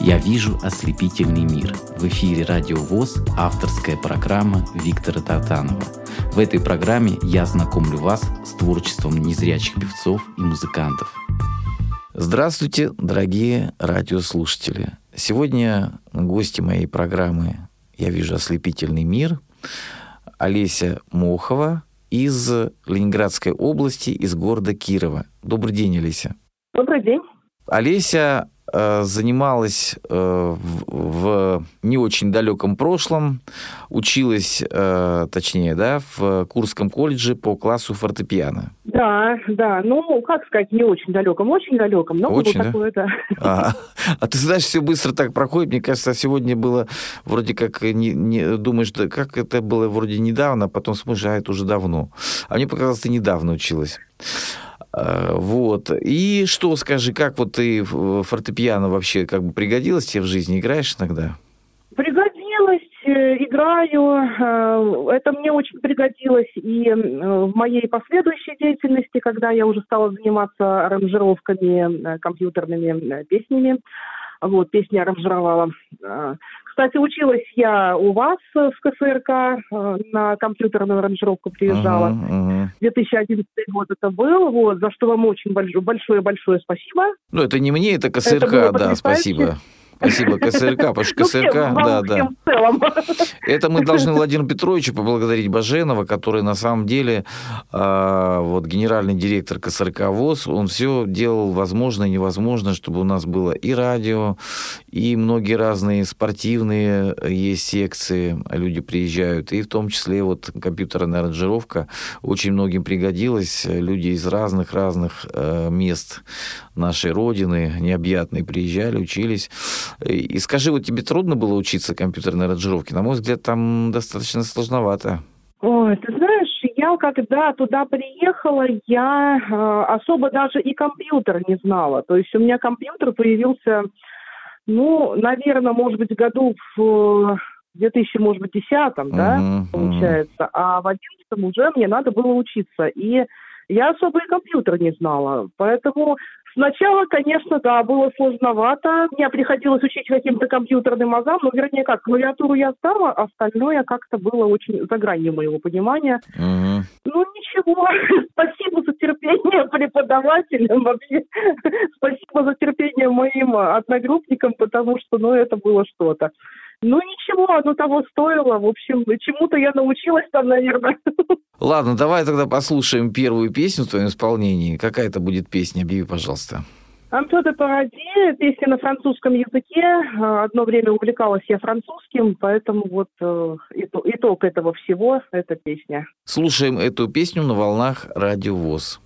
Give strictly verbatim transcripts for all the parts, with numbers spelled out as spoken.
«Я вижу ослепительный мир». В эфире Радио ВОС авторская программа Виктора Тартанова. В этой программе я знакомлю вас с творчеством незрячих певцов и музыкантов. Здравствуйте, дорогие радиослушатели. Сегодня гости моей программы «Я вижу ослепительный мир» Олеся Мохова из Ленинградской области, из города Кирова. Добрый день, Олеся. Добрый день. Олеся э, занималась э, в, в не очень далеком прошлом, училась, э, точнее, да, в Курском колледже по классу фортепиано. Да, да, ну, как сказать, не очень далеком, очень далеком, но очень, было да? такое, да. А, а ты знаешь, все быстро так проходит. Мне кажется, сегодня было вроде как, не, не, думаешь, да, как это было вроде недавно, а потом смотришь, а это уже давно. А мне показалось, ты недавно училась. Вот. И что, скажи, как вот ты фортепиано вообще как бы пригодилось тебе в жизни? Играешь иногда? Пригодилось, играю. Это мне очень пригодилось и в моей последующей деятельности, когда я уже стала заниматься аранжировками, компьютерными песнями. Вот, песни аранжировала. Кстати, училась я у вас в ка эс эр ка, на компьютерную аранжировку приезжала. Uh-huh, uh-huh. две тысячи одиннадцатый год это был, вот, за что вам очень большое-большое спасибо. Ну, это не мне, это ка эс эр ка, да, спасибо. Спасибо ка эс эр ка, потому что ка эс эр ка, да, да. Это мы должны Владимиру Петровичу поблагодарить Баженова, который на самом деле вот генеральный директор ка эс эр ка ВОС, он все делал возможное и невозможное, чтобы у нас было и радио, и многие разные спортивные есть секции, люди приезжают, и в том числе вот компьютерная аранжировка очень многим пригодилась, люди из разных-разных мест нашей Родины, необъятной, приезжали, учились. И скажи, вот тебе трудно было учиться компьютерной аранжировке? На мой взгляд, там достаточно сложновато. Ой, ты знаешь, я когда туда приехала, я э, особо даже и компьютер не знала. То есть у меня компьютер появился, ну, наверное, может быть, году в две тысячи десятом, да, uh-huh, получается. Uh-huh. А в одиннадцатом уже мне надо было учиться. И я особо и компьютер не знала. Поэтому сначала, конечно, да, было сложновато. Мне приходилось учить каким-то компьютерным азам, но, вернее, как, клавиатуру я знала, а остальное как-то было очень за гранью моего понимания. Uh-huh. Ну, ничего. Спасибо за терпение преподавателям вообще. Спасибо за терпение моим одногруппникам, потому что, ну, это было что-то. Ну, ничего, оно того стоило. В общем, чему-то я научилась там, наверное. Ладно, давай тогда послушаем первую песню в твоем исполнении. Какая это будет песня? Объяви, пожалуйста. «Антё де Паради», песня на французском языке. Одно время увлекалась я французским, поэтому вот итог этого всего – это песня. Слушаем эту песню на волнах Радио ВОС.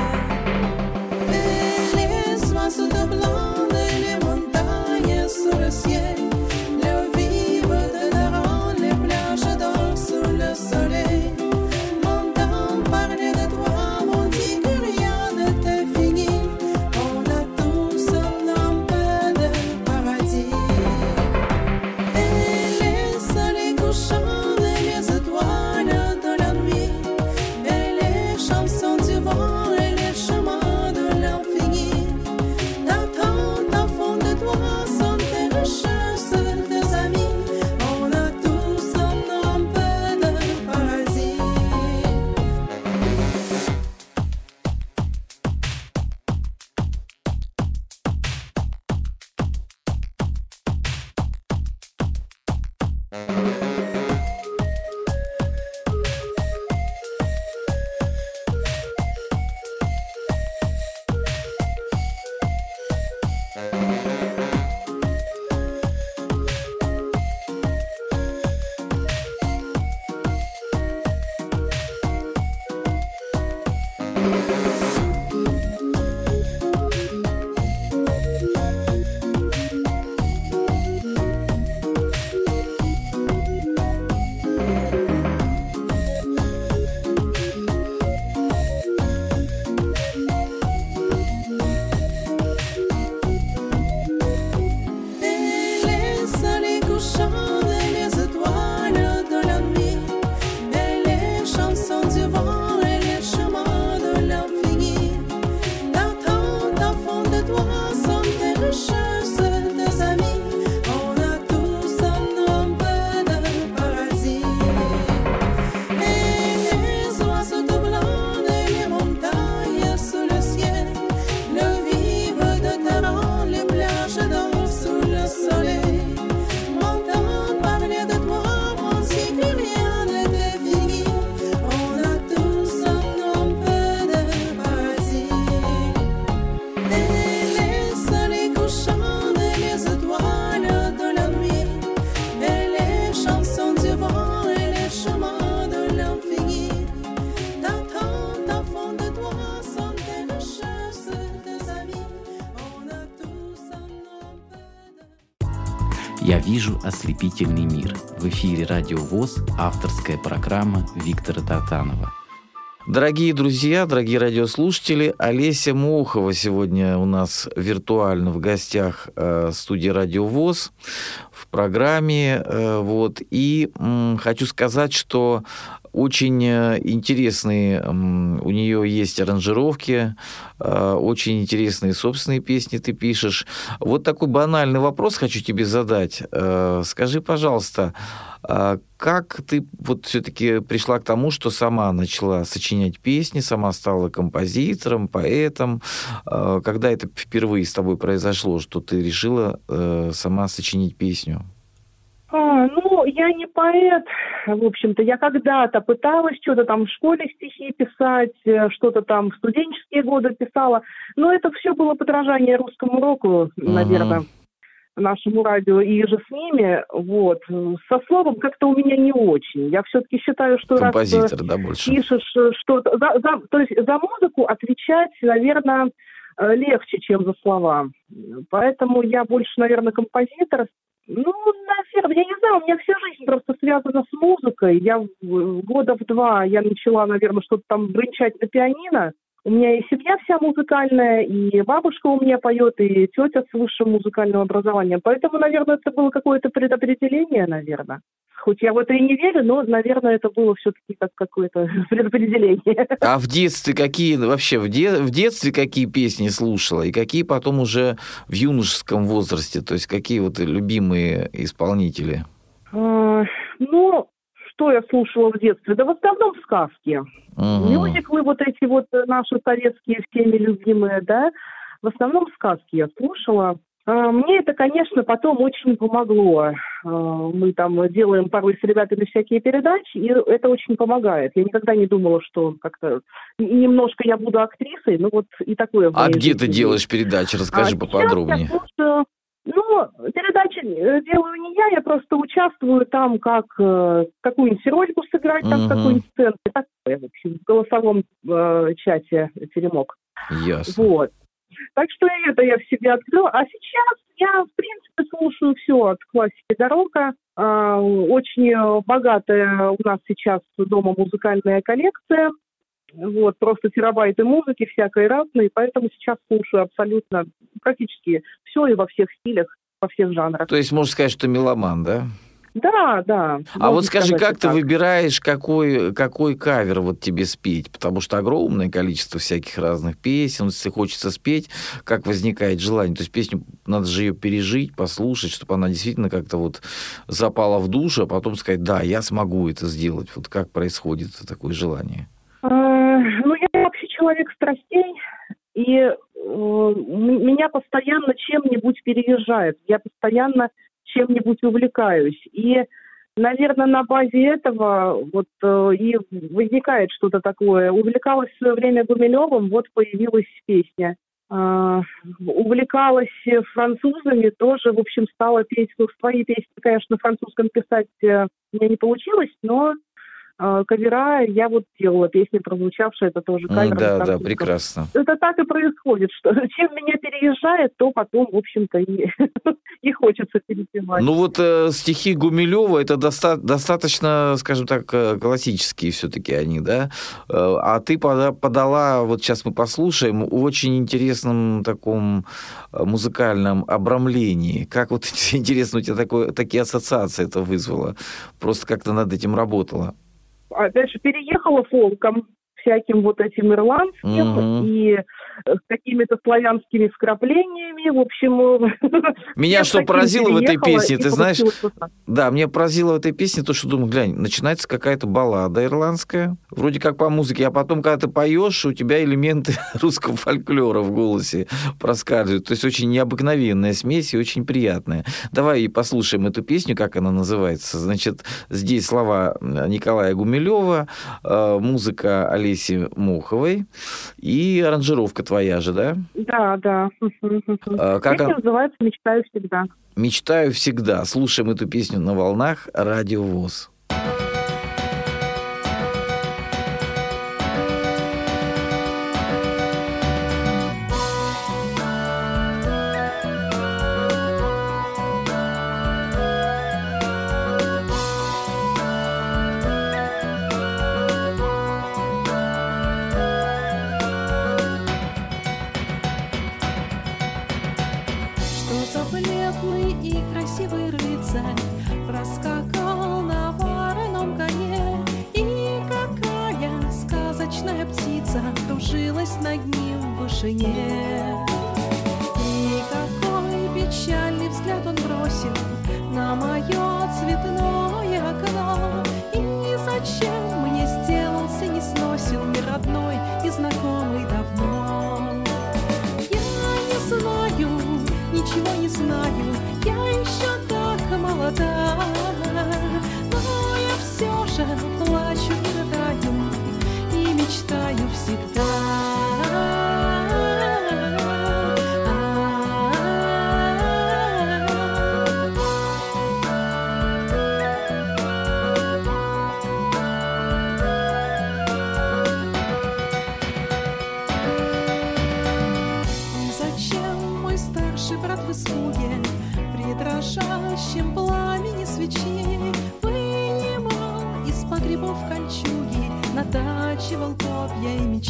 Sous le «Я вижу ослепительный мир». В эфире Радио ВОС, авторская программа Виктора Тартанова. Дорогие друзья, дорогие радиослушатели, Олеся Мохова сегодня у нас виртуально в гостях э, студии Радио ВОС в программе. Э, вот, и м, хочу сказать, что очень интересные у нее есть аранжировки, очень интересные собственные песни ты пишешь. Вот такой банальный вопрос хочу тебе задать. Скажи, пожалуйста, как ты вот все-таки пришла к тому, что сама начала сочинять песни, сама стала композитором, поэтом? Когда это впервые с тобой произошло, что ты решила сама сочинить песню? А, ну, я не поэт, в общем-то. Я когда-то пыталась что-то там в школе стихи писать, что-то там в студенческие годы писала. Но это все было подражание русскому року, наверное, uh-huh. нашему радио и же с ними. Вот. Со словом как-то у меня не очень. Я все-таки считаю, что композитор, раз да, больше. Пишешь что-то... За, за, то есть за музыку отвечать, наверное, легче, чем за слова. Поэтому я больше, наверное, композитор. Ну, наверное, я не знаю, у меня вся жизнь просто связана с музыкой. Я года в два я начала, наверное, что-то там бренчать на пианино. У меня и семья вся музыкальная, и бабушка у меня поет, и тетя с высшим музыкальным образованием. Поэтому, наверное, это было какое-то предопределение, наверное. Хоть я в это и не верю, но, наверное, это было все-таки как какое-то предопределение. А в детстве какие, вообще, в, де, в детстве какие песни слушала? И какие потом уже в юношеском возрасте? То есть какие вот любимые исполнители? А, ну, что я слушала в детстве? Да в основном сказки. Угу. Мюзиклы вот эти вот наши советские, всеми любимые, да. В основном сказки я слушала. Мне это, конечно, потом очень помогло. Мы там делаем порой с ребятами всякие передачи, и это очень помогает. Я никогда не думала, что как-то немножко я буду актрисой, ну вот и такое. А где ты делаешь передачи? Расскажи а поподробнее. Я слушаю, ну, передачи делаю не я, я просто участвую там, как какую-нибудь рольку сыграть, там угу. какую-нибудь сцену, такое, в общем, в голосовом э, чате теремок. Ясно. Вот. Так что это я в себе открыла. А сейчас я, в принципе, слушаю все от классики до рока. А, очень богатая у нас сейчас дома музыкальная коллекция. Вот, просто терабайты музыки всякой разной. Поэтому сейчас слушаю абсолютно практически все и во всех стилях, во всех жанрах. То есть можно сказать, что меломан, да? Да, да. А вот скажи, как ты так. выбираешь, какой, какой кавер вот тебе спеть? Потому что огромное количество всяких разных песен. Если хочется спеть, как возникает желание? То есть песню, надо же ее пережить, послушать, чтобы она действительно как-то вот запала в душу, а потом сказать, да, я смогу это сделать. Вот как происходит такое желание? А, ну, я вообще человек страстей, и э, меня постоянно чем-нибудь переезжает. Я постоянно чем-нибудь увлекаюсь. И Наверное, на базе этого вот э, и возникает что-то такое. Увлекалась в свое время Гумилевым, вот появилась песня. Э, увлекалась французами, тоже, в общем, стала петь. Ну, свои песни, конечно, на французском писать э, у меня не получилось, но э, кавера я вот делала. Песня прозвучавшая, это тоже кавер. Да, да, прекрасно. Это так и происходит, что чем меня переезжает, то потом, в общем-то, и, и хочется перепевать. Ну вот э, стихи Гумилева, это доста- достаточно, скажем так, классические все-таки они, да? Э, а ты пода- подала, вот сейчас мы послушаем, в очень интересном таком музыкальном обрамлении. Как вот интересно у тебя такое, такие ассоциации это вызвало? Просто как ты над этим работала? Опять же, переехала фолком, всяким вот этим ирландским угу. и с какими-то славянскими вкраплениями, в общем... Меня что поразило в этой песне, ты знаешь... Да, меня поразило в этой песне то, что, думаю, глянь, начинается какая-то баллада ирландская, вроде как по музыке, а потом, когда ты поешь, у тебя элементы русского фольклора в голосе проскальзывают. То есть очень необыкновенная смесь и очень приятная. Давай послушаем эту песню, как она называется. Значит, здесь слова Николая Гумилева, музыка Олеси Моховой и аранжировка твоя же, да? Да, да. А, как Песня называется «Мечтаю всегда». «Мечтаю всегда». Слушаем эту песню на волнах Радио ВОС. И какой печальный взгляд он бросил на мое цветное окно. И зачем мне сделался несносен мир родной и знакомый давно. Я не знаю, ничего не знаю, я еще так молода, но я все же плачу и рыдаю и мечтаю всегда. Дрожащем пламени свечи вынимал из погребов кольчуги, натачивал копья и мечи.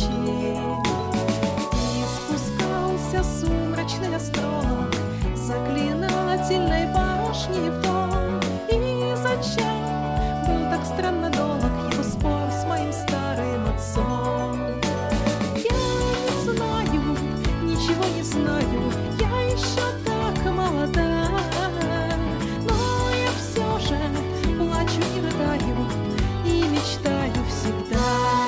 И спускался сумрачный острог заклинательной башни в дом. И зачем был так странно долг его спор с моим старым отцом? Я не знаю, ничего не знаю, я еще так молода. Плачу и рыдаю, и мечтаю всегда.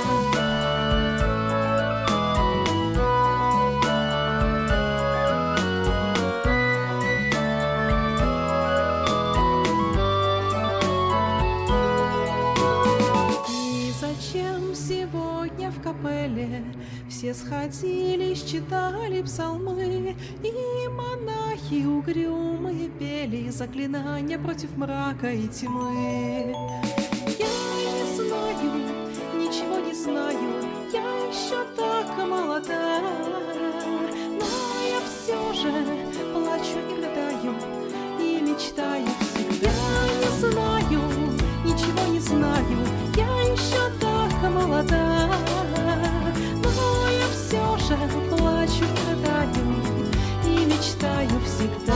И зачем сегодня в капелле все сходились, читали псалмы, и монахи угрюмые пели заклинания против мрака и тьмы? Я не знаю, ничего не знаю, я еще так молода, но я все же плачу и рыдаю, и мечтаю всегда. Я не знаю, ничего не знаю, я еще так молода, но я все же плачу и рыдаю, и мечтаю всегда.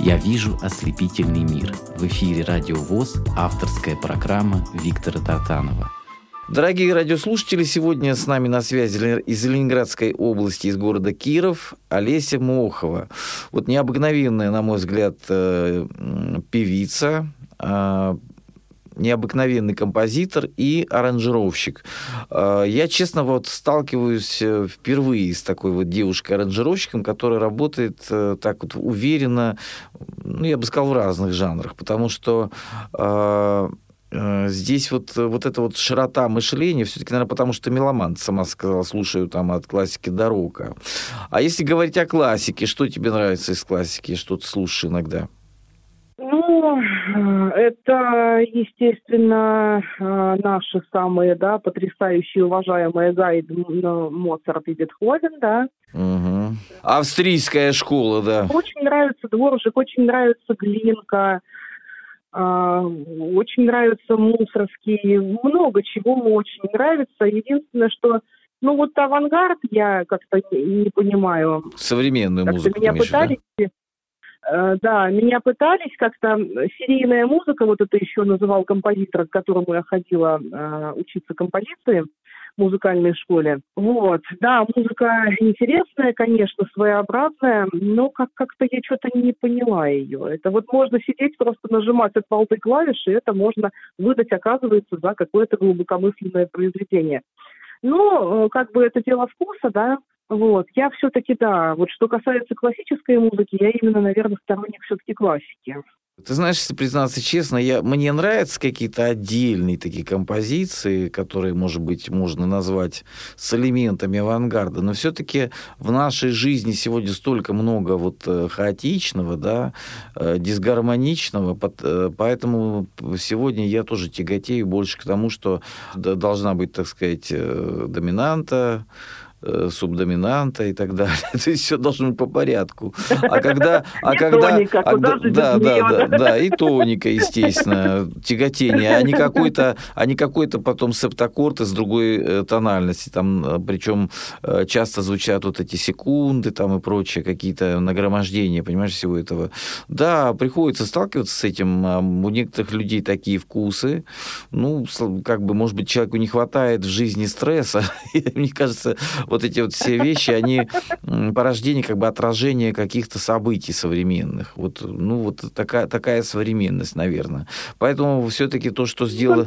«Я вижу ослепительный мир». В эфире «Радио ВОС», авторская программа Виктора Тартанова. Дорогие радиослушатели, сегодня с нами на связи из Ленинградской области, из города Киров, Олеся Мохова. Вот необыкновенная, на мой взгляд, певица, необыкновенный композитор и аранжировщик. Я, честно, вот сталкиваюсь впервые с такой вот девушкой-аранжировщиком, которая работает так вот уверенно, ну, я бы сказал, в разных жанрах, потому что здесь вот, вот эта вот широта мышления, все-таки, наверное, потому что меломан, ты сама сказала, слушаю там от классики до рока. А если говорить о классике, что тебе нравится из классики, что ты слушаешь иногда? Ну, это, естественно, наши самые, да, потрясающие, уважаемые Гайд, Моцарт и Бетховен, да. Угу. Австрийская школа, да. Очень нравится Дворжик, очень нравится Глинка. Очень нравится Мусорский, много чего очень нравится. Единственное, что, ну вот авангард я как-то не, не понимаю. Современную как музыку. Меня пытались, да? да, меня пытались как-то серийная музыка, вот это еще называл композитор, к которому я ходила учиться композиции в музыкальной школе. Вот, да, музыка интересная, конечно, своеобразная, но как- как-то я что-то не поняла ее. Это вот можно сидеть, просто нажимать от болты клавиши, и это можно выдать, оказывается, за какое-то глубокомысленное произведение. Ну, как бы это дело вкуса, да, вот. Я все-таки, да, вот что касается классической музыки, я именно, наверное, сторонник все-таки классики. Ты знаешь, если признаться честно, я, мне нравятся какие-то отдельные такие композиции, которые, может быть, можно назвать с элементами авангарда, но все-таки в нашей жизни сегодня столько много вот хаотичного, да, дисгармоничного, поэтому сегодня я тоже тяготею больше к тому, что должна быть, так сказать, доминанта, субдоминанта и так далее. То есть все должно быть по порядку. А когда... А когда тоника, а, да, да, да, да, да, и тоника, естественно, тяготение, а не какой-то, а не какой-то потом септаккорд из другой тональности. Там, причем часто звучат вот эти секунды там и прочее, какие-то нагромождения, понимаешь, всего этого. Да, приходится сталкиваться с этим. У некоторых людей такие вкусы. Ну, как бы, может быть, человеку не хватает в жизни стресса. Мне кажется, вот эти вот все вещи, они порождение, как бы отражение каких-то событий современных. Вот, ну, вот такая, такая современность, наверное. Поэтому все-таки то, что сделала...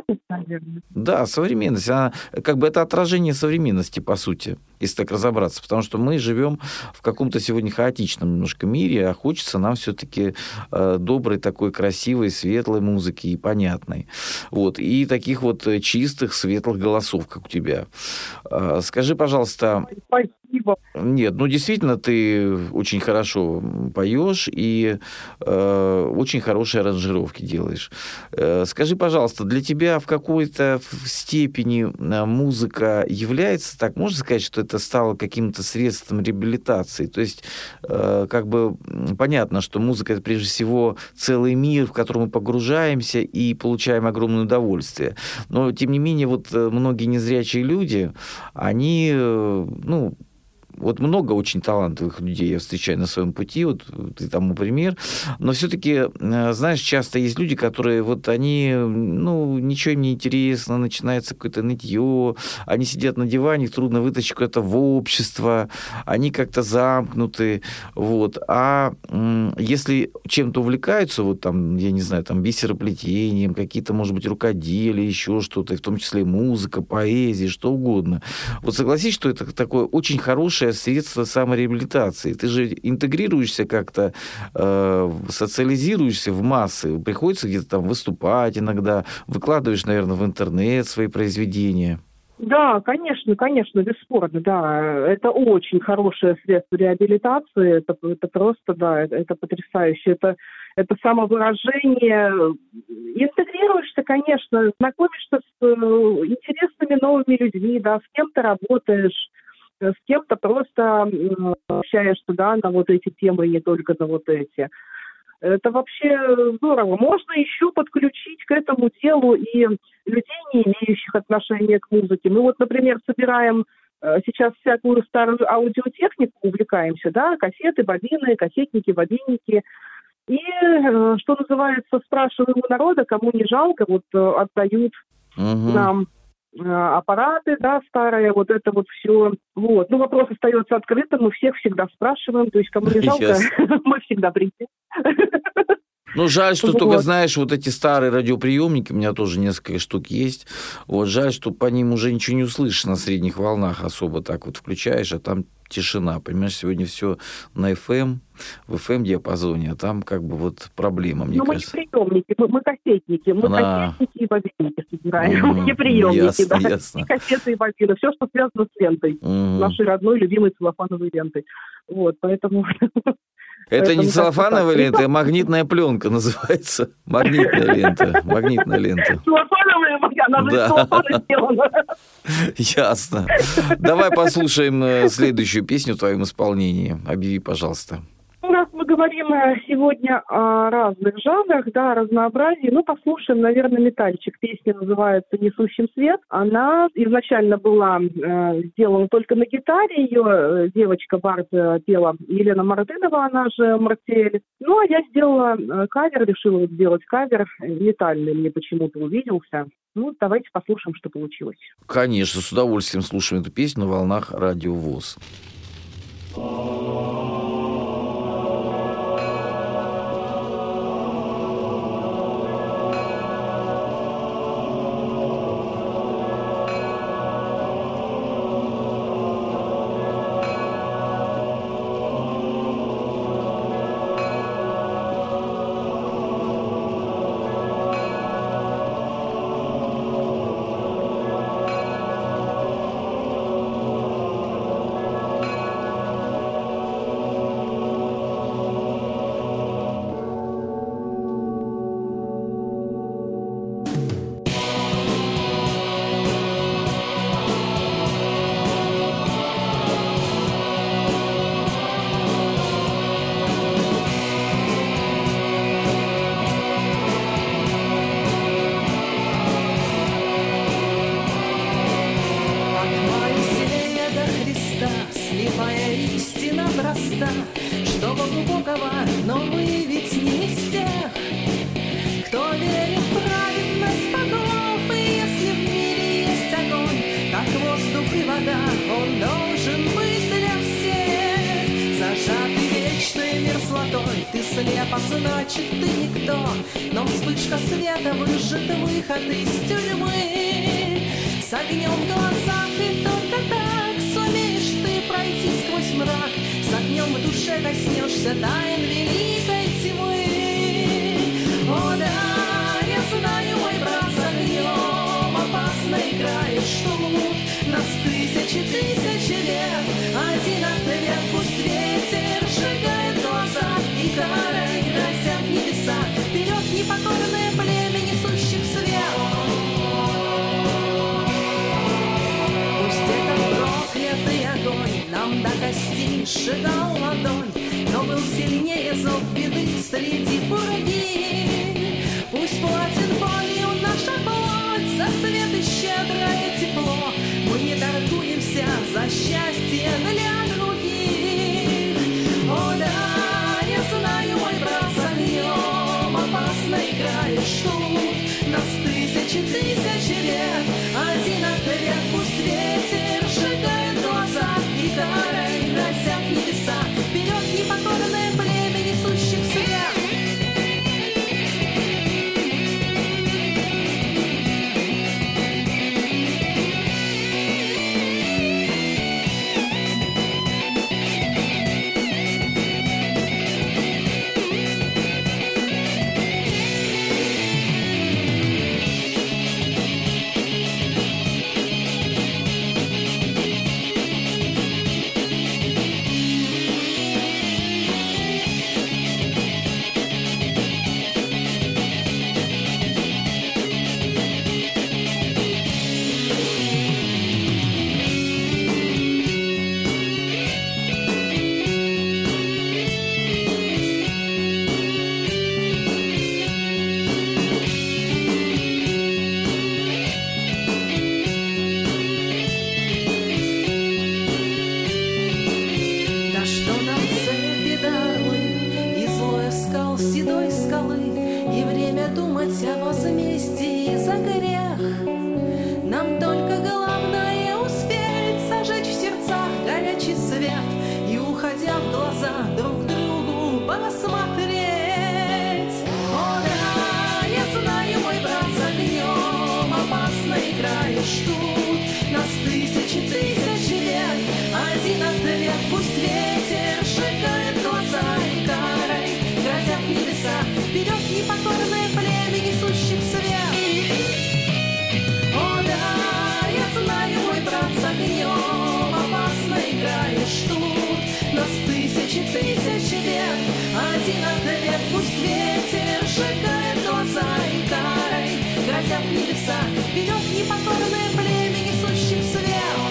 Да, современность. Она, как бы это отражение современности, по сути, если так разобраться. Потому что мы живем в каком-то сегодня хаотичном немножко мире, а хочется нам все-таки э, доброй, такой красивой, светлой музыки и понятной. Вот. И таких вот чистых, светлых голосов, как у тебя. Э, скажи, пожалуйста... Спасибо. Нет, ну действительно, ты очень хорошо поешь и э, очень хорошие аранжировки делаешь. Э, скажи, пожалуйста, для тебя в какой-то степени музыка является, так можно сказать, что это стало каким-то средством реабилитации? То есть, э, как бы понятно, что музыка — это прежде всего целый мир, в который мы погружаемся и получаем огромное удовольствие. Но, тем не менее, вот многие незрячие люди, они, ну, вот много очень талантливых людей я встречаю на своем пути, вот ты тому пример, но все-таки, знаешь, часто есть люди, которые вот они, ну, ничего им не интересно, начинается какое-то нытье, они сидят на диване, их трудно вытащить куда-то в общество, они как-то замкнуты, вот, а если чем-то увлекаются, вот там, я не знаю, там, бисероплетением, какие-то, может быть, рукоделия, еще что-то, в том числе музыка, поэзия, что угодно, вот согласись, что это такое очень хорошее средство самореабилитации. Ты же интегрируешься как-то, э, социализируешься в массы, приходится где-то там выступать иногда, выкладываешь, наверное, в интернет свои произведения. Да, конечно, конечно, бесспорно, да. Это очень хорошее средство реабилитации, это, это просто, да, это, это потрясающе. Это, это самовыражение. Интегрируешься, конечно, знакомишься с интересными новыми людьми, да, с кем ты работаешь, с кем-то просто общаешься, да, на вот эти темы, не только на вот эти. Это вообще здорово. Можно еще подключить к этому делу и людей, не имеющих отношения к музыке. Мы вот, например, собираем сейчас всякую старую аудиотехнику, увлекаемся, да, кассеты, бобины, кассетники, бобинники. И, что называется, спрашиваем у народа, кому не жалко, вот отдают угу. нам аппараты, да, старые, вот это вот все. Вот. Ну, вопрос остается открытым, мы всех всегда спрашиваем, то есть кому не жалко, мы всегда придем. Ну, жаль, что вот. Только, знаешь, вот эти старые радиоприемники, у меня тоже несколько штук есть, вот жаль, что по ним уже ничего не услышишь на средних волнах особо, так вот включаешь, а там тишина, понимаешь, сегодня все на эф эм, в эф эм-диапазоне, а там как бы вот проблема, мне ну, кажется. Мы не приемники, мы, мы кассетники, мы Она... кассетники и бобинки собираем, mm, не приемники, ясно, да, ясно. И кассеты, и бобины, все, что связано с лентой, mm. нашей родной, любимой целлофановой лентой, вот, поэтому... Это Поэтому не целлофановая лента, а магнитная пленка называется. Магнитная лента. Магнитная лента. Целлофановая, она же целлофановая сделана. Ясно. Давай послушаем следующую песню в твоем исполнении. Объяви, пожалуйста. У нас мы говорим сегодня о разных жанрах, да, о разнообразии. Ну, послушаем, наверное, «Метальчик». Песня называется «Несущим свет». Она изначально была э, сделана только на гитаре. Ее э, девочка Барт э, пела, Елена Мартынова, она же Мартель. Ну, а я сделала э, кавер, решила вот сделать кавер. Метальный мне почему-то увиделся. Ну, давайте послушаем, что получилось. Конечно, с удовольствием слушаем эту песню на волнах Радио ВОС. Сжигал ладонь, но был сильнее зов беды среди бураги. Пусть платит болью наша плоть за свет и щедрое тепло. Мы не торгуемся за счастье для других. О да, я знаю, мой брат, с огнем опасно играешь тут. Нас тысячи, тысячи лет, один ответ, пусть ветер сжигает глаза и горы. Небеса, вперед непокорное племя несущих свет. думать о возмездии за грех. Нам только главное успеть зажечь в сердцах горячий свет и, уходя в глаза, друг другу посмотреть. О да, я знаю, мой брат, с огнем опасной играешь тут. Нас тысячи тысяч лет, один ответ, пусть ветер сжигает глаза и карой грозят небеса. Вперед, непокорное племя, несущих свет. О да, я знаю, мой брат, с огнем опасно играешь тут. Нас тысячи тысяч лет, один ответ, пусть ветер сжигает глаза и карой грозят небеса. Вперед, непокорное племя, несущих свет.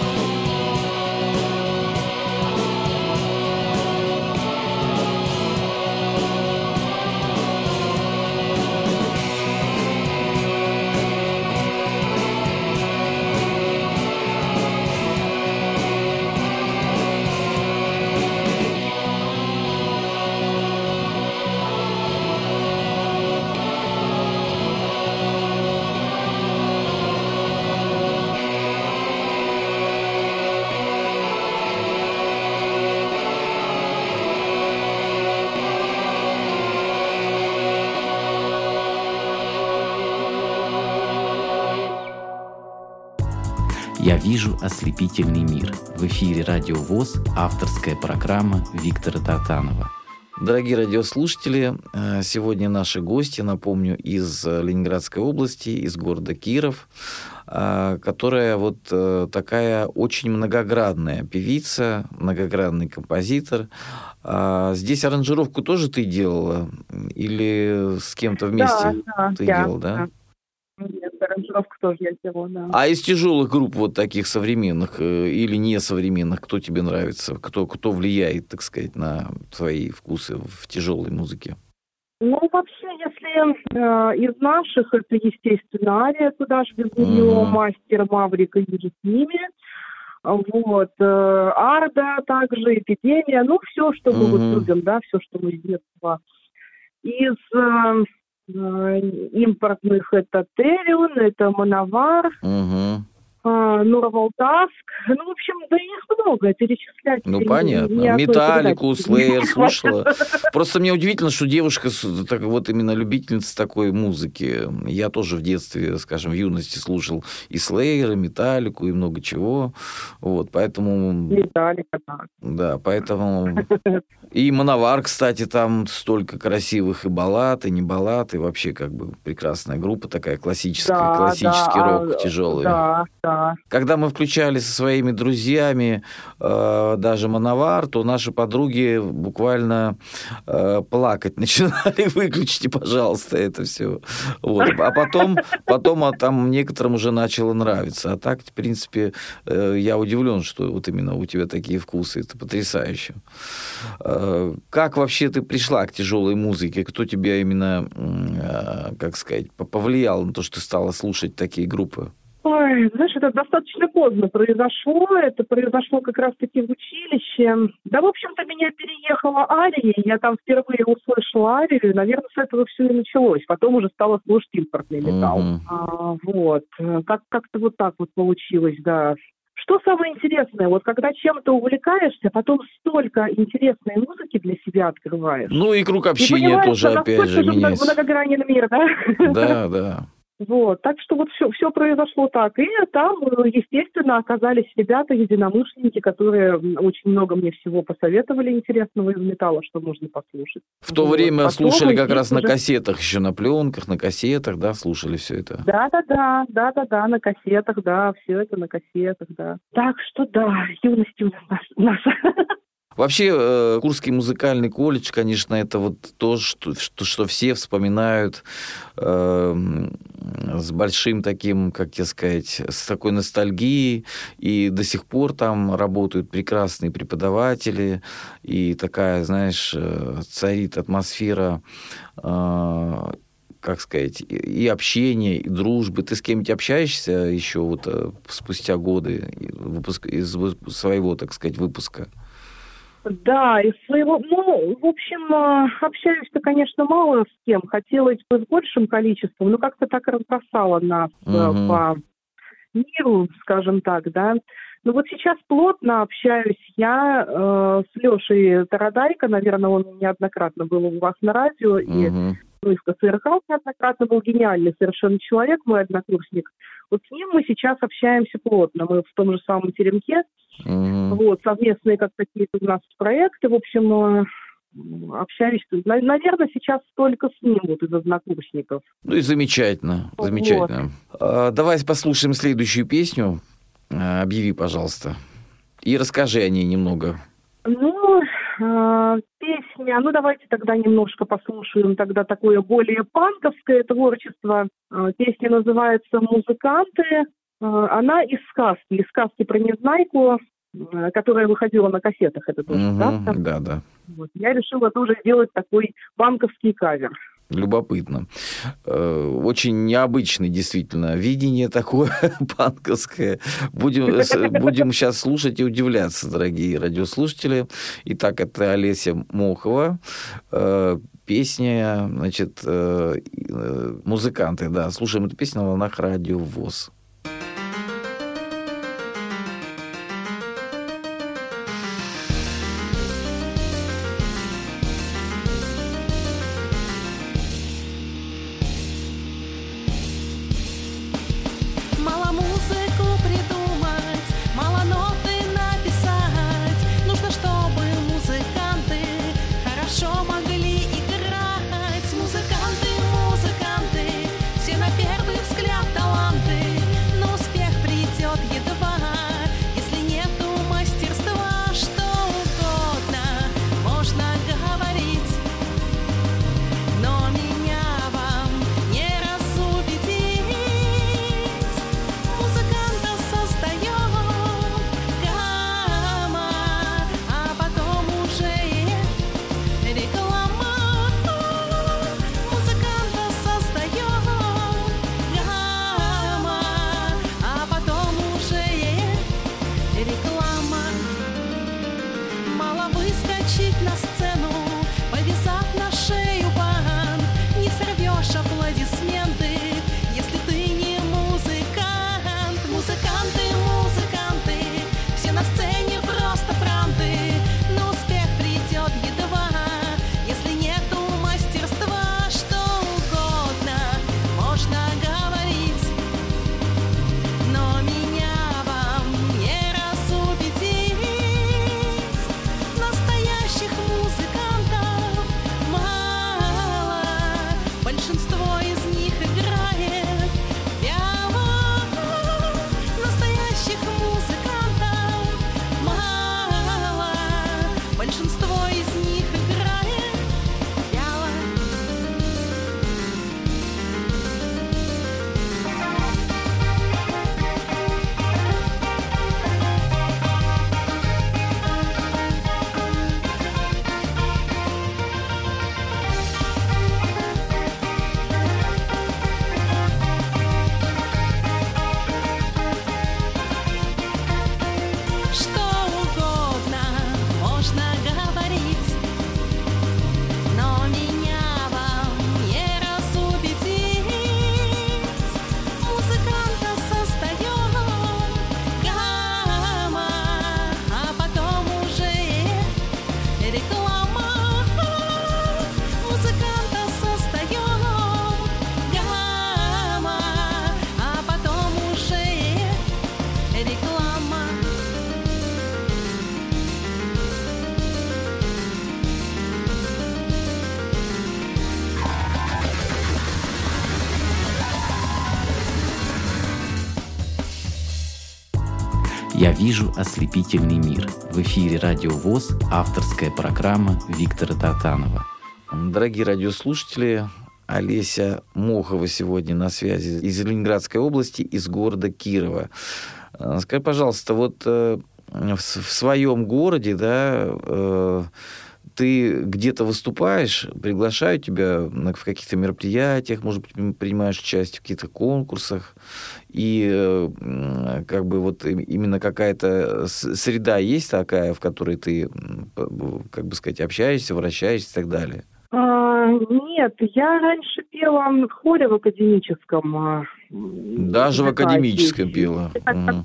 «Я вижу ослепительный мир». В эфире Радио ВОС, авторская программа Виктора Тартанова. Дорогие радиослушатели, сегодня наши гости, напомню, из Ленинградской области, из города Киров, которая вот такая очень многогранная певица, многогранный композитор. Здесь аранжировку тоже ты делала? Или с кем-то вместе да, да, ты я, делала, да? да? Нет, аранжировку тоже я сделала, да. А из тяжелых групп вот таких современных или несовременных, кто тебе нравится? Кто, кто влияет, так сказать, на твои вкусы в тяжелой музыке? Ну, вообще, если э, из наших, это, естественно, Ария, куда же без нее, mm-hmm. Мастер, Маврик и же с ними. Вот. Э, Арда также, Эпидемия. Ну, все, что мы mm-hmm. вот любим, да, все, что мы с детства. Из... Э, импортных это Терион, это Мановар, угу. а, Нуроволтавск. Ну, в общем, да их много, перечислять. Ну, понятно. Металлику, Слэйр слушала. Просто мне удивительно, что девушка, так, вот именно любительница такой музыки. Я тоже в детстве, скажем, в юности слушал и Слэйр, и Металлику, и много чего. Вот, поэтому... Металлика, да. Да, поэтому... И Мановар, кстати, там столько красивых и баллад, и не баллад, и вообще как бы прекрасная группа такая, классическая, да, классический да, рок тяжелый. Да, да. Когда мы включали со своими друзьями э, даже Мановар, то наши подруги буквально э, плакать начинали. Выключите, пожалуйста, это все. Вот. А потом, потом а там некоторым уже начало нравиться. А так, в принципе, э, я удивлен, что вот именно у тебя такие вкусы. Это потрясающе. Как вообще ты пришла к тяжелой музыке? Кто тебя именно, как сказать, повлиял на то, что ты стала слушать такие группы? Ой, знаешь, это достаточно поздно произошло. Это произошло как раз-таки в училище. Да, в общем-то, меня переехала Ария. Я там впервые услышала Арию. Наверное, с этого все и началось. Потом уже стала слушать импортный металл. Uh-huh. А, вот. Как- как-то вот так вот получилось, да. Что самое интересное, вот когда чем-то увлекаешься, потом столько интересной музыки для себя открываешь. Ну и круг общения тоже, опять же, меняется. Многогранен мир, да? Да, да. Вот, так что вот все, все произошло так. И там, естественно, оказались ребята, единомышленники, которые очень много мне всего посоветовали интересного из металла, что можно послушать. В то вот. время Потом слушали как раз уже... на кассетах, еще на пленках, на кассетах, да, слушали все это? Да-да-да, да-да-да, на кассетах, да, все это на кассетах, да. Так что да, юность у нас наша. Вообще, Курский музыкальный колледж, конечно, это вот то, что, что, что все вспоминают э, с большим таким, как тебе сказать, с такой ностальгией, и до сих пор там работают прекрасные преподаватели, и такая, знаешь, царит атмосфера, э, как сказать, и общения, и дружбы. Ты с кем-нибудь общаешься еще вот спустя годы выпуск, из своего, так сказать, выпуска? Да, из своего... Ну, в общем, общаюсь-то, конечно, мало с кем. Хотелось бы с большим количеством, но как-то так разбросало нас угу. по миру, скажем так, да. Ну вот сейчас плотно общаюсь я э, с Лешей Тарадайко, наверное, он неоднократно был у вас на радио, угу. и ну, и в КСРК неоднократно был гениальный совершенно человек, мой однокурсник. Вот с ним мы сейчас общаемся плотно. Мы в том же самом теремке. Mm-hmm. Вот, совместные как какие-то у нас проекты. В общем, общаюсь. Наверное, сейчас только с ним, вот из однокурсников. Ну и замечательно, замечательно. Вот. А, давай послушаем следующую песню. А, объяви, пожалуйста. И расскажи о ней немного. Ну, э, песня... Ну, давайте тогда немножко послушаем тогда такое более панковское творчество. Э, песня называется «Музыканты». Э, она из сказки, из сказки про Незнайку, э, которая выходила на кассетах. Это тоже угу, сказка. Да, да. Вот. Я решила тоже сделать такой панковский кавер. Любопытно. Очень необычное, действительно, видение такое панковское. Будем, будем сейчас слушать и удивляться, дорогие радиослушатели. Итак, это Олеся Мохова. Песня, значит, «Музыканты». Да, слушаем эту песню на волнах Радио ВОС. «Я вижу ослепительный мир». В эфире Радио ВОС, авторская программа Виктора Тартанова. Дорогие радиослушатели, Олеся Мохова сегодня на связи из Ленинградской области, из города Кирова. Скажи, пожалуйста, вот в своем городе, да, ты где-то выступаешь, приглашают тебя в каких-то мероприятиях, может быть, принимаешь участие в каких-то конкурсах, и как бы вот именно какая-то среда есть такая, в которой ты, как бы сказать, общаешься, вращаешься и так далее? А, нет, я раньше пела в хоре в академическом. Даже в академическом пела? Угу.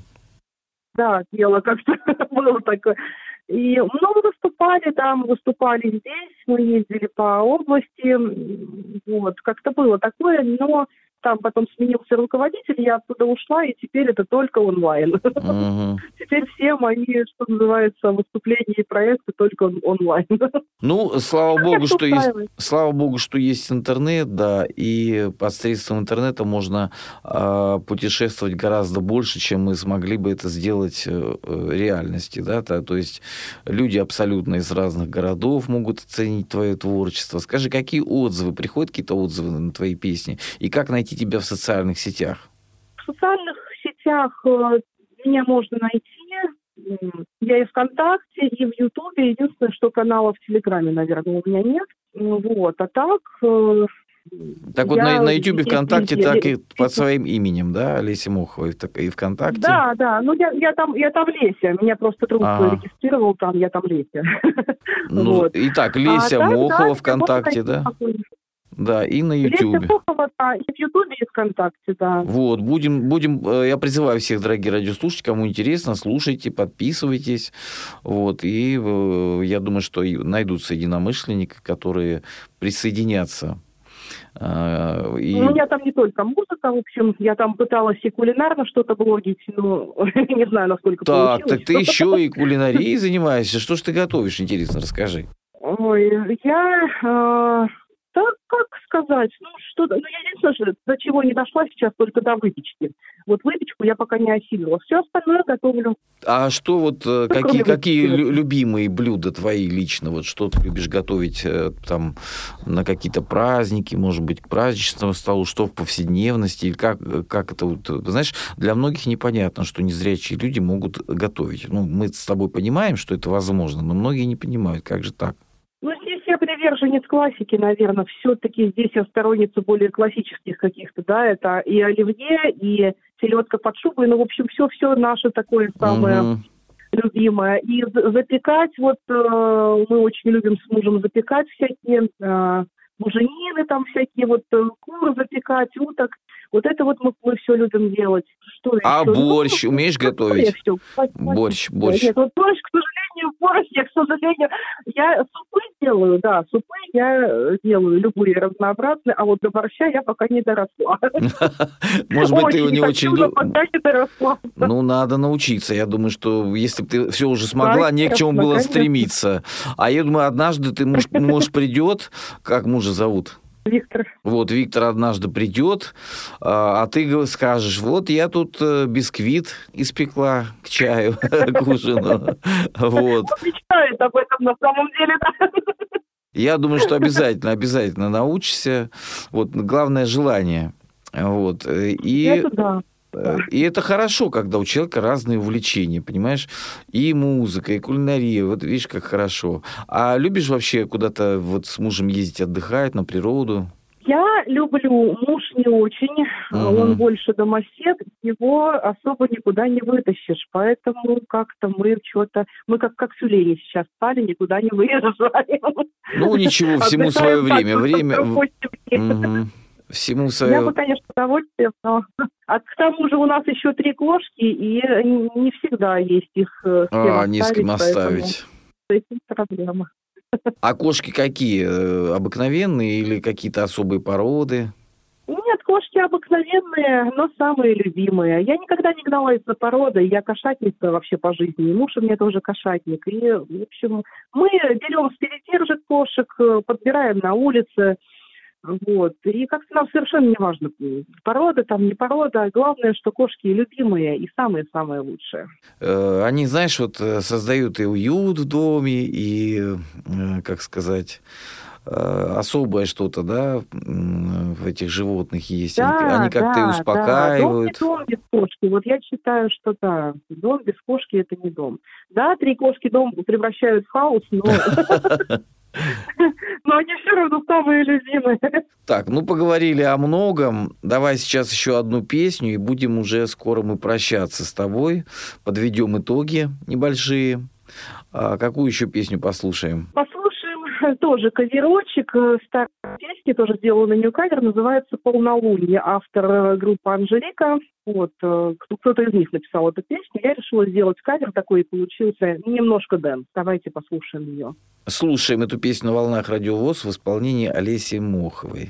Да, пела как-то, было такое. И много выступали там, выступали здесь, мы ездили по области, вот, как-то было такое, но там потом сменился руководитель, я оттуда ушла, и теперь это только онлайн. Uh-huh. Теперь все мои, что называется, выступления и проекты только онлайн. Ну, слава богу, что есть, слава богу, что есть интернет, да, и посредством интернета можно э, путешествовать гораздо больше, чем мы смогли бы это сделать э, в реальности, да, то, то есть люди абсолютно из разных городов могут оценить твое творчество. Скажи, какие отзывы, приходят какие-то отзывы на твои песни, и как найти тебя в социальных сетях? В социальных сетях э, меня можно найти. Я и ВКонтакте, и в Ютубе. Единственное, что канала в Телеграме, наверное, у меня нет. Вот. А так... Э, так вот на, на Ютубе, ВКонтакте, я, так я, и под своим именем, да, Леся Мохова, и ВКонтакте? Да, да. Ну, я, я, там, я там Леся. Меня просто друг а. регистрировал там, я там Леся. Ну, вот. Итак, Леся а, Мохова да, ВКонтакте, да? Да, и на Ютубе. Леся Мохова, да, и в Ютубе, и ВКонтакте, да. Вот, будем, будем, я призываю всех, дорогие радиослушатели, кому интересно, слушайте, подписывайтесь. Вот, и я думаю, что найдутся единомышленники, которые присоединятся. И... У меня там не только музыка, в общем, я там пыталась и кулинарно что-то блогить, но не знаю, насколько так, получилось. Так, ты еще и кулинарией занимаешься. Что ж ты готовишь, интересно, расскажи. Ой, я... Так, как сказать, ну, что, ну, я единственное, до чего не дошла сейчас, только до выпечки. Вот выпечку я пока не осилила. Все остальное готовлю. А что вот, ну, какие, какие любимые блюда твои лично? Вот что ты любишь готовить там на какие-то праздники, может быть, к праздничному столу, что в повседневности? Или как, как это вот, знаешь, для многих непонятно, что незрячие люди могут готовить. Ну, мы с тобой понимаем, что это возможно, но многие не понимают, как же так? Ну, здесь я приверженец классики, наверное. Все-таки здесь я сторонница более классических каких-то, да, это и оливье, и селедка под шубой, ну, в общем, все-все наше такое самое uh-huh. любимое. И запекать, вот э, мы очень любим с мужем запекать всякие э, буженины там всякие, вот э, кур запекать, уток. Вот это вот мы, мы все любим делать. Что а еще? борщ ну, умеешь готовить? Все. Борщ, борщ. Нет, вот борщ, к сожалению, борщ, я, к сожалению, я супы делаю, да, супы я делаю, любые разнообразные, а вот до борща я пока не доросла. Может быть, ты его не очень... Ну, надо научиться. Я думаю, что если бы ты все уже смогла, не к чему было стремиться. А я думаю, однажды ты, муж придет, как мужа зовут? Виктор. Вот, Виктор однажды придет, а ты скажешь, вот я тут бисквит испекла к чаю, к ужину. Вот. Он мечтает об этом на самом деле. Я думаю, что обязательно, обязательно научишься. Вот, главное желание. Вот. И... Это да. И это хорошо, когда у человека разные увлечения, понимаешь? И музыка, и кулинария, вот видишь, как хорошо. А любишь вообще куда-то вот с мужем ездить отдыхать на природу? Я люблю, муж не очень, uh-huh. он больше домосед, его особо никуда не вытащишь, поэтому как-то мы что-то, мы как, как тюлени сейчас стали, никуда не выезжаем. Ну ничего, всему свое время. Время... Угу. Всему свое... Я бы, конечно, с удовольствием, но а к тому же у нас еще три кошки, и не всегда есть их с кем а, не с кем оставить. С этим проблема. А кошки какие? Обыкновенные или какие-то особые породы? Нет, кошки обыкновенные, но самые любимые. Я никогда не гналась за породой, я кошатница вообще по жизни. И муж у меня тоже кошатник. И, в общем, мы берем с передержек кошек, подбираем на улице. Вот. И как-то нам совершенно не важно, порода там, не порода. Главное, что кошки любимые и самые-самые лучшие. Они, знаешь, вот создают и уют в доме, и, как сказать, особое что-то, да, в этих животных есть. Да, они как-то да, и успокаивают. Да. Дом не дом без кошки. Вот я считаю, что да, дом без кошки – это не дом. Да, три кошки дом превращают в хаос, но... Но они все равно самые любимые. Так, ну поговорили о многом. Давай сейчас еще одну песню, и будем уже скоро мы прощаться с тобой. Подведем итоги небольшие. А какую еще песню послушаем? Послушаем тоже каверочек старой песни, тоже сделала на нее кавер, называется «Полнолуние». Автор группы Анжелика. Вот, кто-то из них написал эту песню. Я решила сделать кавер такой, и получился немножко дэнс. Давайте послушаем ее. Слушаем эту песню на волнах Радио ВОС в исполнении Олеси Моховой.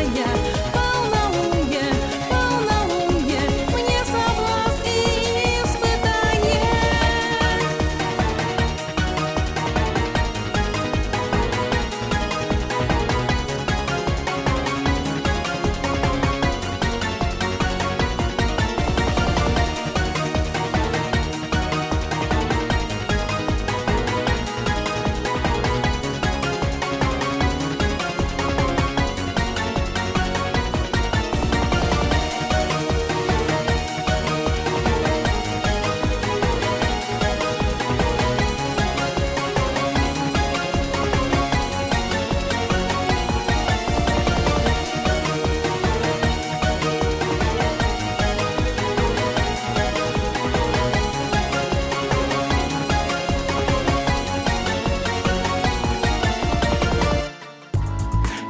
Полнолуние, полнолуние, мне соблазн и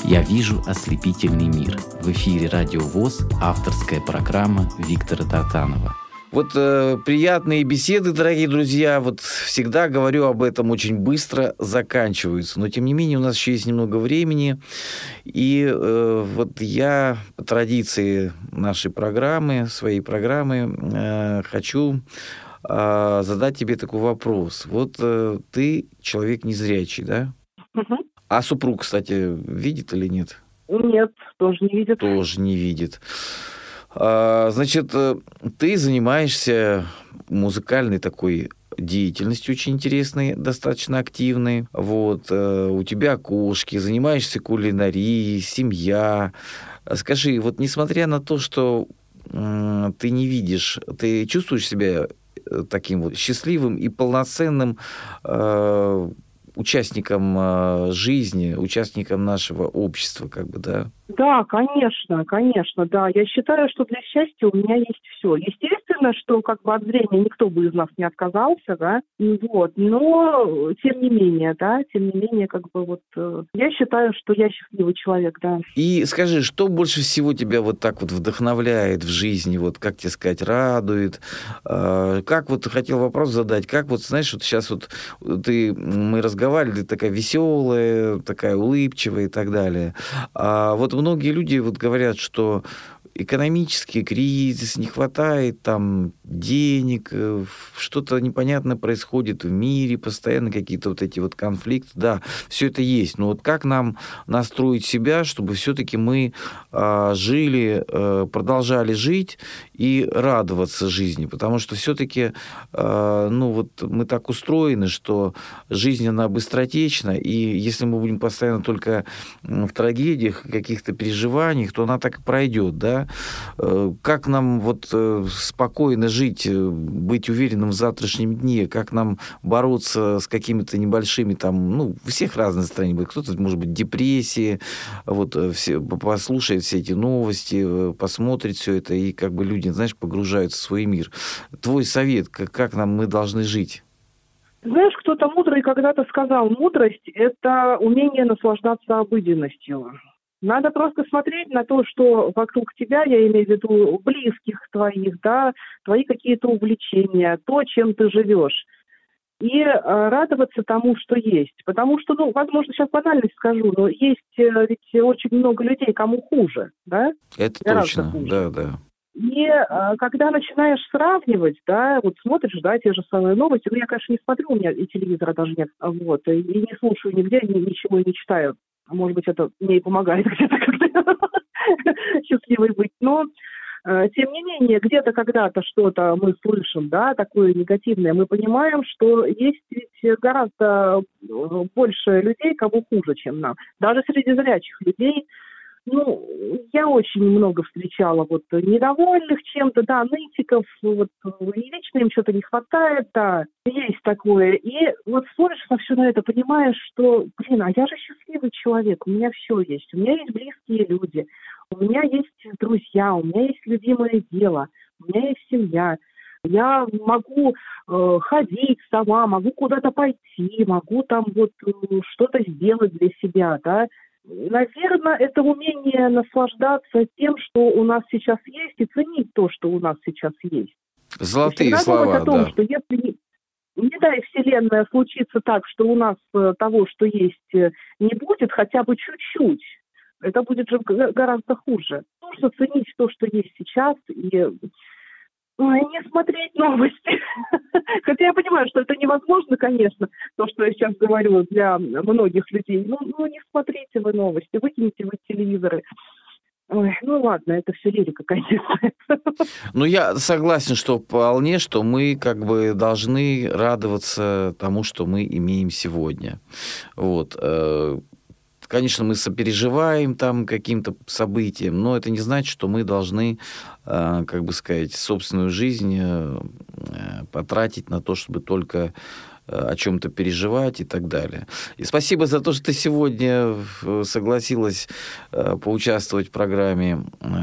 «Я вижу ослепительный мир». В эфире Радио ВОС, авторская программа Виктора Тартанова. Вот э, приятные беседы, дорогие друзья, вот всегда говорю об этом, очень быстро заканчиваются. Но, тем не менее, у нас еще есть немного времени. И э, вот я по традиции нашей программы, своей программы, э, хочу э, задать тебе такой вопрос. Вот э, ты человек незрячий, да? Угу. А супруг, кстати, видит или нет? Нет, тоже не видит. Тоже не видит. Значит, ты занимаешься музыкальной такой деятельностью очень интересной, достаточно активной. Вот. У тебя кошки, занимаешься кулинарией, семья. Скажи, вот несмотря на то, что ты не видишь, ты чувствуешь себя таким вот счастливым и полноценным э, участником э, жизни, участником нашего общества, как бы, да? Да, конечно, конечно, да. Я считаю, что для счастья у меня есть все. Естественно, что как бы от зрения никто бы из нас не отказался, да, вот, но тем не менее, да, тем не менее, как бы вот я считаю, что я счастливый человек, да. И скажи, что больше всего тебя вот так вот вдохновляет в жизни, вот, как тебе сказать, радует? Как вот, хотел вопрос задать, как вот, знаешь, вот сейчас вот ты, мы разговаривали, ты такая веселая, такая улыбчивая и так далее, а вот многие люди вот говорят, что экономический кризис, не хватает там денег, что-то непонятное происходит в мире, постоянно какие-то вот эти вот конфликты. Да, все это есть. Но вот как нам настроить себя, чтобы все-таки мы а, жили, а, продолжали жить и радоваться жизни? Потому что все-таки а, ну, вот мы так устроены, что жизнь, она быстротечна, и если мы будем постоянно только в трагедиях, каких-то переживаниях, то она так и пройдет, да? Как нам вот спокойно жить, быть уверенным в завтрашнем дне, как нам бороться с какими-то небольшими там, ну, у всех разные состояния, кто-то, может быть, в депрессии, вот, все, послушает все эти новости, посмотрит все это, и как бы люди, знаешь, погружаются в свой мир. Твой совет, как, как нам мы должны жить? Знаешь, кто-то мудрый когда-то сказал, мудрость – это умение наслаждаться обыденностью. Надо просто смотреть на то, что вокруг тебя, я имею в виду близких твоих, да, твои какие-то увлечения, то, чем ты живешь, и э, радоваться тому, что есть. Потому что, ну, возможно, сейчас банальность скажу, но есть э, ведь очень много людей, кому хуже, да? Это точно, хуже. Да, да. И э, когда начинаешь сравнивать, да, вот смотришь, да, те же самые новости, ну, я, конечно, не смотрю, у меня и телевизора даже нет, вот, и не слушаю нигде, ничего не читаю. Может быть, это мне и помогает где-то как-то счастливой быть. Но, э, тем не менее, где-то когда-то что-то мы слышим, да, такое негативное, мы понимаем, что есть ведь гораздо больше людей, кому хуже, чем нам. Даже среди зрячих людей. Ну, я очень много встречала вот недовольных чем-то, да, нытиков, вот, и лично им что-то не хватает, да, есть такое. И вот смотришь на все на это, понимаешь, что, блин, а я же счастливый человек, у меня все есть, у меня есть близкие люди, у меня есть друзья, у меня есть любимое дело, у меня есть семья. Я могу э, ходить сама, могу куда-то пойти, могу там вот э, что-то сделать для себя, да. Наверное, это умение наслаждаться тем, что у нас сейчас есть, и ценить то, что у нас сейчас есть. Золотые и слова, думать о том, да. что если не, не дай Вселенная случится так, что у нас того, что есть, не будет хотя бы чуть-чуть, это будет же гораздо хуже. Нужно ценить то, что есть сейчас, и ой, не смотреть новости. Хотя я понимаю, что это невозможно, конечно, то, что я сейчас говорю для многих людей. Ну, ну не смотрите вы новости, выкиньте вы телевизоры. Ой, ну ладно, это все лирика, конечно. Ну, я согласен, что вполне, что мы как бы должны радоваться тому, что мы имеем сегодня. Вот. Конечно, мы сопереживаем там каким-то событиям, но это не значит, что мы должны, как бы сказать, собственную жизнь потратить на то, чтобы только о чем-то переживать и так далее. И спасибо за то, что ты сегодня согласилась поучаствовать в программе.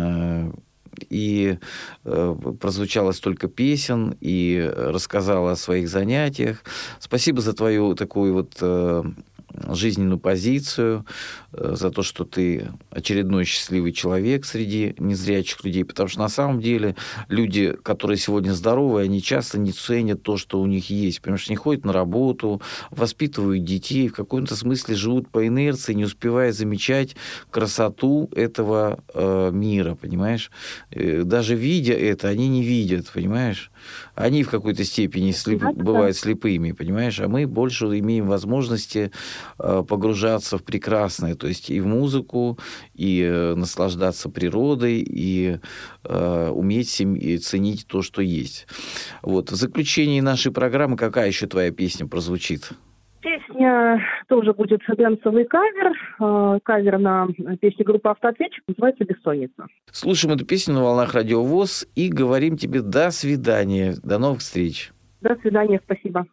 И прозвучало столько песен, и рассказала о своих занятиях. Спасибо за твою такую вот жизненную позицию, за то, что ты очередной счастливый человек среди незрячих людей, потому что на самом деле люди, которые сегодня здоровые, они часто не ценят то, что у них есть, потому что не ходят на работу, воспитывают детей, в каком-то смысле живут по инерции, не успевая замечать красоту этого э, мира, понимаешь? Даже видя это, они не видят, понимаешь? Они в какой-то степени слеп... бывают слепыми, понимаешь? А мы больше имеем возможности э, погружаться в прекрасное, то есть и в музыку, и э, наслаждаться природой, и э, уметь сем... и ценить то, что есть. Вот. В заключении нашей программы какая еще твоя песня прозвучит? Песня тоже будет дэнсовый кавер, э, кавер на песню группы «Автоответчик», называется «Бессонница». Слушаем эту песню на волнах Радио ВОС и говорим тебе до свидания, до новых встреч. До свидания, спасибо.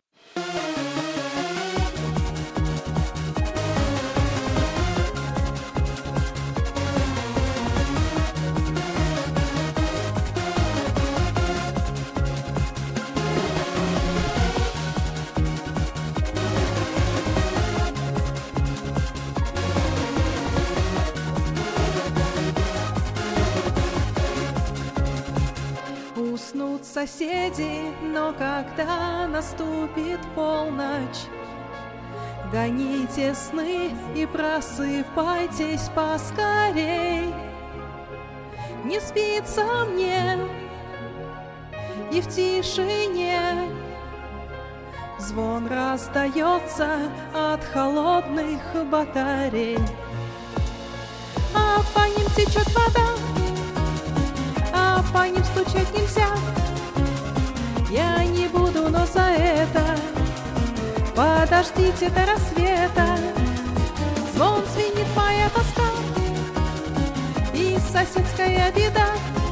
Уснут соседи, но когда наступит полночь, гоните сны и просыпайтесь поскорей. Не спится мне и в тишине звон раздается от холодных батарей. А по ним течет вода, а по ним стучать нельзя. Я не буду, но за это подождите до рассвета. Звон звенит, моя тоска и соседская беда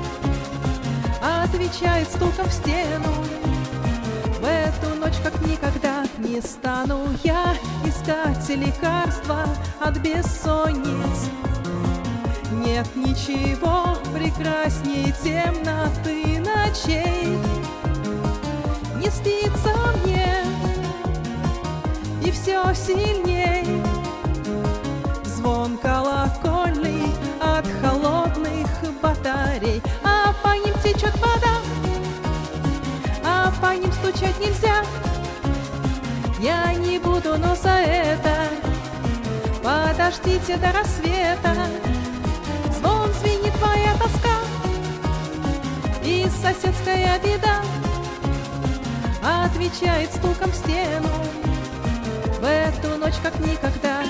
отвечает стуком в стену. В эту ночь как никогда не стану я искать лекарства от бессонниц. Нет ничего прекрасней темноты ночей. Не спится мне и все сильней звон колокольный от холодных батарей. А по ним течет вода, а по ним стучать нельзя. Я не буду, но за это подождите до рассвета. Звон звенит, моя тоска и соседская беда отвечает стуком в стену. В эту ночь как никогда.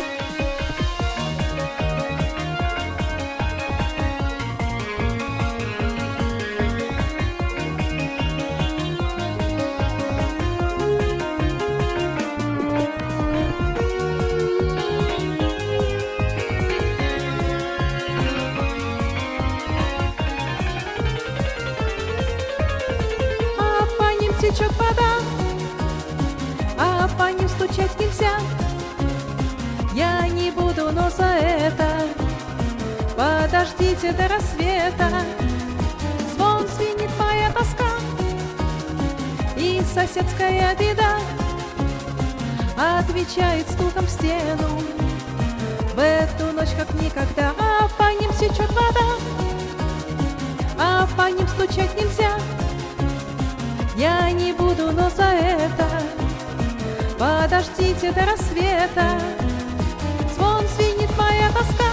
Течет вода, а по ним стучать нельзя. Я не буду, но за это подождите до рассвета. Звон звенит, моя тоска и соседская беда отвечает стуком в стену. В эту ночь как никогда. А по ним течет вода, а по ним стучать нельзя. Я не буду, но за это подождите до рассвета. Звон звенит, моя тоска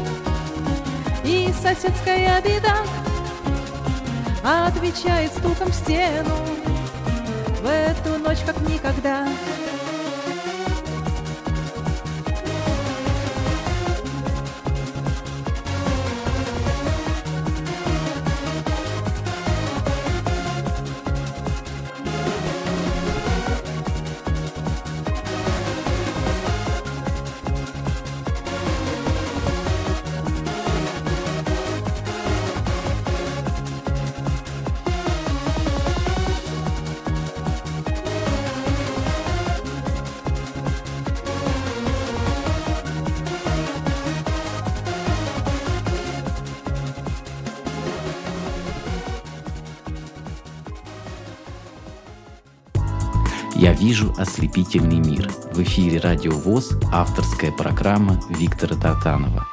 и соседская беда отвечает стуком в стену. В эту ночь как никогда. «Я вижу ослепительный мир». В эфире Радио ВОС, авторская программа Виктора Тартанова.